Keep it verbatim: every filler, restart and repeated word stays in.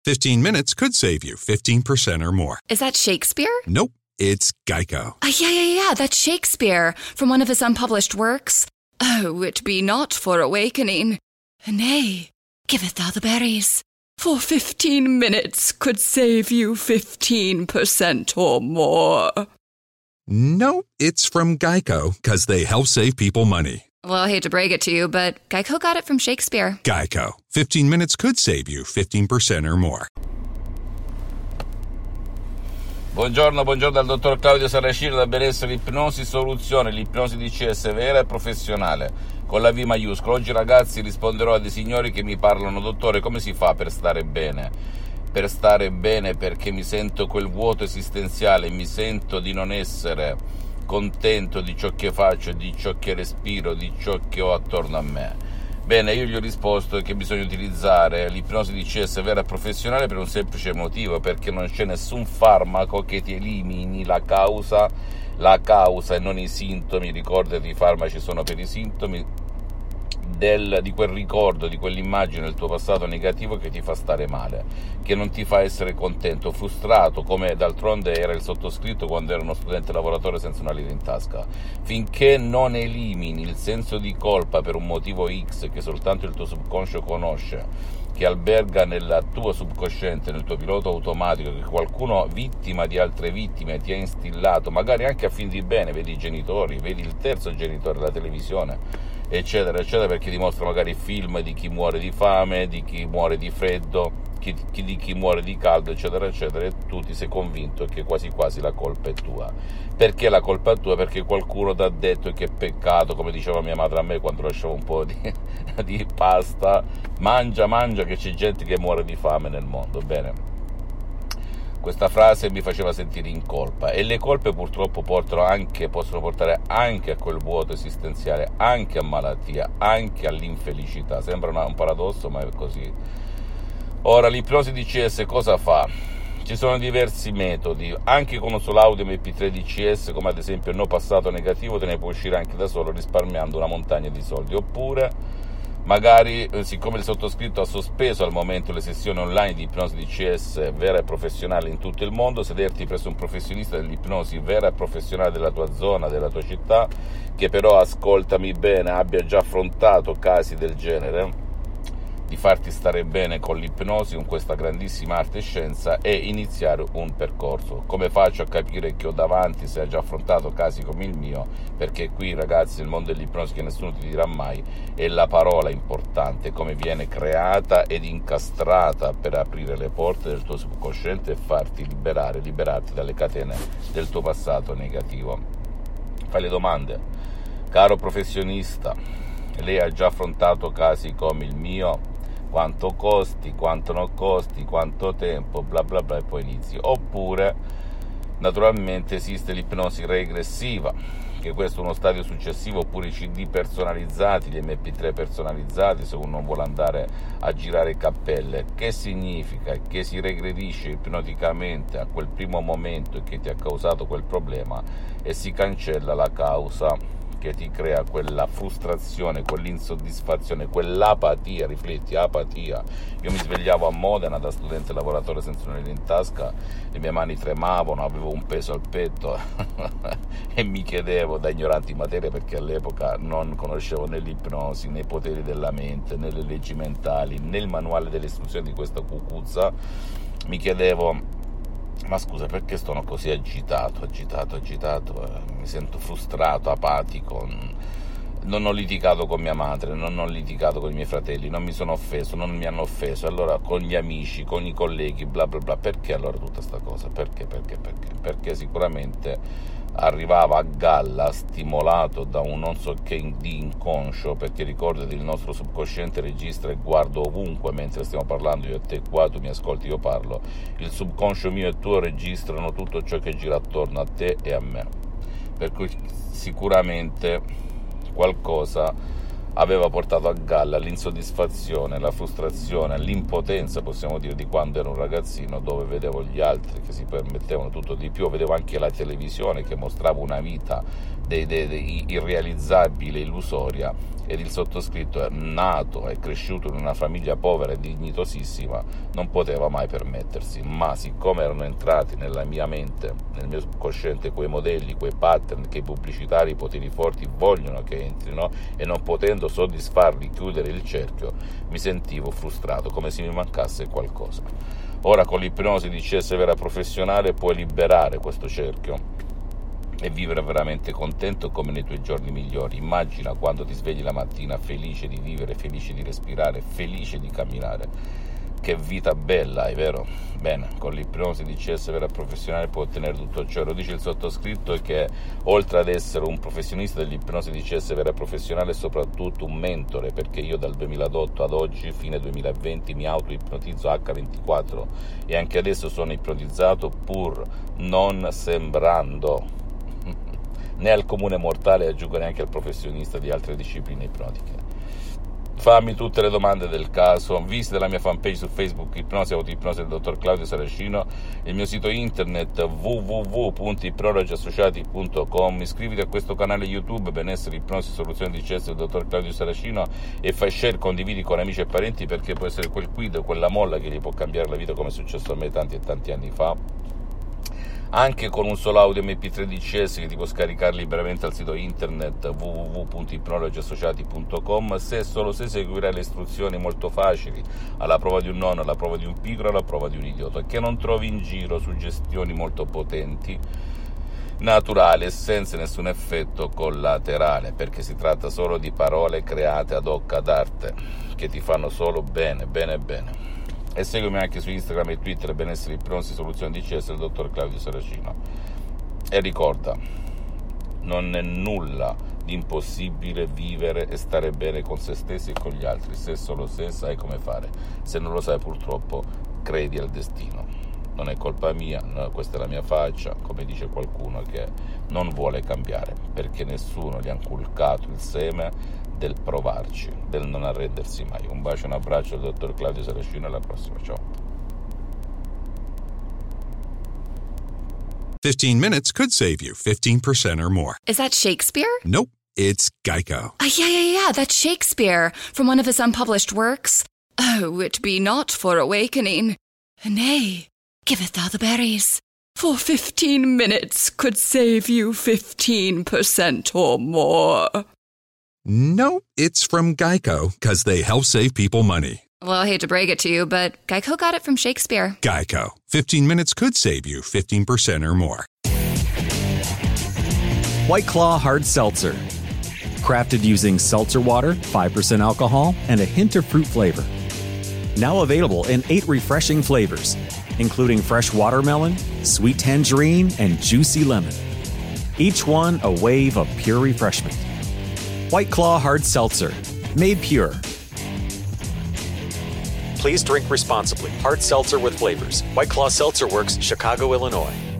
fifteen minutes could save you fifteen percent or more. Is that Shakespeare? Nope, it's Geico. Uh, yeah, yeah, yeah, that's Shakespeare from one of his unpublished works. Oh, it be not for awakening. Nay, giveth thou the berries. For fifteen minutes could save you fifteen percent or more. Nope, it's from Geico, because they help save people money. Well, I hate to break it to you, but Geico got it from Shakespeare. Geico. fifteen minutes could save you fifteen percent or more. Buongiorno, buongiorno dal dottor Claudio Saracino da Benessere Ipnosi Soluzione, l'ipnosi D C S vera e professionale, con la V maiuscola. Oggi ragazzi risponderò a dei signori che mi parlano: dottore, come si fa per stare bene? Per stare bene perché mi sento quel vuoto esistenziale, mi sento di non essere contento di ciò che faccio, di ciò che respiro, di ciò che ho attorno a me. Bene, io gli ho risposto che bisogna utilizzare l'ipnosi D C S vera e professionale per un semplice motivo, perché non c'è nessun farmaco che ti elimini la causa, la causa e non i sintomi. Ricordati, i farmaci sono per i sintomi del, di quel ricordo, di quell'immagine del tuo passato negativo che ti fa stare male, che non ti fa essere contento, frustrato, come d'altronde era il sottoscritto quando era uno studente lavoratore senza una lira in tasca. Finché non elimini il senso di colpa per un motivo X che soltanto il tuo subconscio conosce, che alberga nella tua subconsciente, nel tuo pilota automatico, che qualcuno vittima di altre vittime ti ha instillato, magari anche a fin di bene, vedi i genitori, vedi il terzo genitore della televisione, eccetera, eccetera, perché dimostra magari film di chi muore di fame, di chi muore di freddo, chi, chi, di chi muore di caldo, eccetera, eccetera, e tu ti sei convinto che quasi quasi la colpa è tua. Perché la colpa è tua? Perché qualcuno ti ha detto che è peccato, come diceva mia madre a me quando lasciavo un po' di, di pasta: mangia, mangia, che c'è gente che muore di fame nel mondo. Bene, questa frase mi faceva sentire in colpa, e le colpe purtroppo portano anche, possono portare anche a quel vuoto esistenziale, anche a malattia, anche all'infelicità. Sembra una, un paradosso, ma è così. Ora, l'ipnosi D C S cosa fa? Ci sono diversi metodi, anche con un solo audio M P tre D C S, come ad esempio il no passato negativo, te ne puoi uscire anche da solo risparmiando una montagna di soldi. Oppure magari, siccome il sottoscritto ha sospeso al momento le sessioni online di ipnosi D C S vera e professionale in tutto il mondo, sederti presso un professionista dell'ipnosi vera e professionale della tua zona, della tua città, che però, ascoltami bene, abbia già affrontato casi del genere, di farti stare bene con l'ipnosi, con questa grandissima arte e scienza, e iniziare un percorso. Come faccio a capire che ho davanti, se ha già affrontato casi come il mio? Perché qui, ragazzi, nel mondo dell'ipnosi, che nessuno ti dirà mai, è la parola importante, come viene creata ed incastrata per aprire le porte del tuo subconsciente e farti liberare, liberarti dalle catene del tuo passato negativo. Fai le domande: caro professionista, lei ha già affrontato casi come il mio? Quanto costi, quanto non costi, quanto tempo, bla bla bla, e poi inizi. Oppure, naturalmente, esiste l'ipnosi regressiva, che questo è uno stadio successivo, oppure i C D personalizzati, gli M P tre personalizzati, se uno non vuole andare a girare cappelle. Che significa? Che si regredisce ipnoticamente a quel primo momento che ti ha causato quel problema e si cancella la causa che ti crea quella frustrazione, quell'insoddisfazione, quell'apatia. Rifletti, apatia. Io mi svegliavo a Modena da studente lavoratore senza un euro in tasca, le mie mani tremavano, avevo un peso al petto e mi chiedevo, da ignorante in materia, perché all'epoca non conoscevo né l'ipnosi, né i poteri della mente, né le leggi mentali, né il manuale delle istruzioni di questa cucuzza, mi chiedevo: ma scusa, perché sono così agitato, agitato, agitato, eh, mi sento frustrato, apatico, non ho litigato con mia madre, non ho litigato con i miei fratelli, non mi sono offeso, non mi hanno offeso, allora con gli amici, con i colleghi, bla bla bla. Perché allora tutta sta cosa? Perché, perché, perché? Perché sicuramente arrivava a galla, stimolato da un non so che di inconscio, perché ricordati, il nostro subconsciente registra e guarda ovunque, mentre stiamo parlando io e te qua, tu mi ascolti, io parlo, il subconscio mio e tuo registrano tutto ciò che gira attorno a te e a me, per cui sicuramente qualcosa aveva portato a galla l'insoddisfazione, la frustrazione, l'impotenza, possiamo dire, di quando ero un ragazzino, dove vedevo gli altri che si permettevano tutto di più, vedevo anche la televisione che mostrava una vita dei, dei, dei irrealizzabile, illusoria, ed il sottoscritto, è nato e cresciuto in una famiglia povera e dignitosissima, non poteva mai permettersi. Ma siccome erano entrati nella mia mente, nel mio cosciente, quei modelli, quei pattern che i pubblicitari, i poteri forti vogliono che entrino, e non potendo soddisfarli, chiudere il cerchio, mi sentivo frustrato, come se mi mancasse qualcosa. Ora con l'ipnosi di C S vera professionale puoi liberare questo cerchio e vivere veramente contento come nei tuoi giorni migliori. Immagina quando ti svegli la mattina felice di vivere, felice di respirare, felice di camminare. Che vita bella, è vero? Bene, con l'ipnosi di C S vera professionale puoi ottenere tutto ciò. Lo dice il sottoscritto, che oltre ad essere un professionista dell'ipnosi di C S vera professionale è soprattutto un mentore, perché io dal duemilaotto ad oggi, fine duemilaventi, mi auto-ipnotizzo acca ventiquattro e anche adesso sono ipnotizzato, pur non sembrando né al comune mortale, aggiungo neanche al professionista di altre discipline ipnotiche. Fammi tutte le domande del caso, visita la mia fanpage su Facebook, Ipnosi Autoipnosi del dottor Claudio Saracino, il mio sito internet w w w punto ipnologi associati punto com, iscriviti a questo canale YouTube Benessere Ipnosi Soluzioni di C S del dottor Claudio Saracino e fai share, condividi con amici e parenti, perché può essere quel quid, quella molla che gli può cambiare la vita, come è successo a me tanti e tanti anni fa. Anche con un solo audio emme pi tre di C S che ti può scaricare liberamente al sito internet w w w punto ipnologi associati punto com, se solo se seguirai le istruzioni molto facili, alla prova di un nonno, alla prova di un pigro, alla prova di un idiota, che non trovi in giro suggestioni molto potenti, naturali e senza nessun effetto collaterale, perché si tratta solo di parole create ad hoc ad arte, che ti fanno solo bene, bene, bene. E seguimi anche su Instagram e Twitter, Benessere Ipnosi Soluzioni di C S del dottor Claudio Saracino. E ricorda, non è nulla di impossibile vivere e stare bene con se stessi e con gli altri, se solo se sai come fare. Se non lo sai, purtroppo credi al destino. Non è colpa mia, no, questa è la mia faccia, come dice qualcuno che non vuole cambiare, perché nessuno gli ha inculcato il seme del provarci, del non arrendersi mai. Un bacio e un abbraccio al dottor Claudio Saracino, alla prossima, ciao. fifteen minutes could save you fifteen percent or more. Is that Shakespeare? Nope, it's Geico. Uh, yeah, yeah, yeah, that's Shakespeare from one of his unpublished works. Oh, it be not for awakening. Nay, giveth thou the berries. For fifteen minutes could save you fifteen percent or more. Nope, it's from Geico, because they help save people money. Well, I hate to break it to you, but Geico got it from Shakespeare. Geico. fifteen minutes could save you fifteen percent or more. White Claw Hard Seltzer. Crafted using seltzer water, five percent alcohol, and a hint of fruit flavor. Now available in eight refreshing flavors, including fresh watermelon, sweet tangerine, and juicy lemon. Each one a wave of pure refreshment. White Claw Hard Seltzer. Made pure. Please drink responsibly. Hard seltzer with flavors. White Claw Seltzer Works, Chicago, Illinois.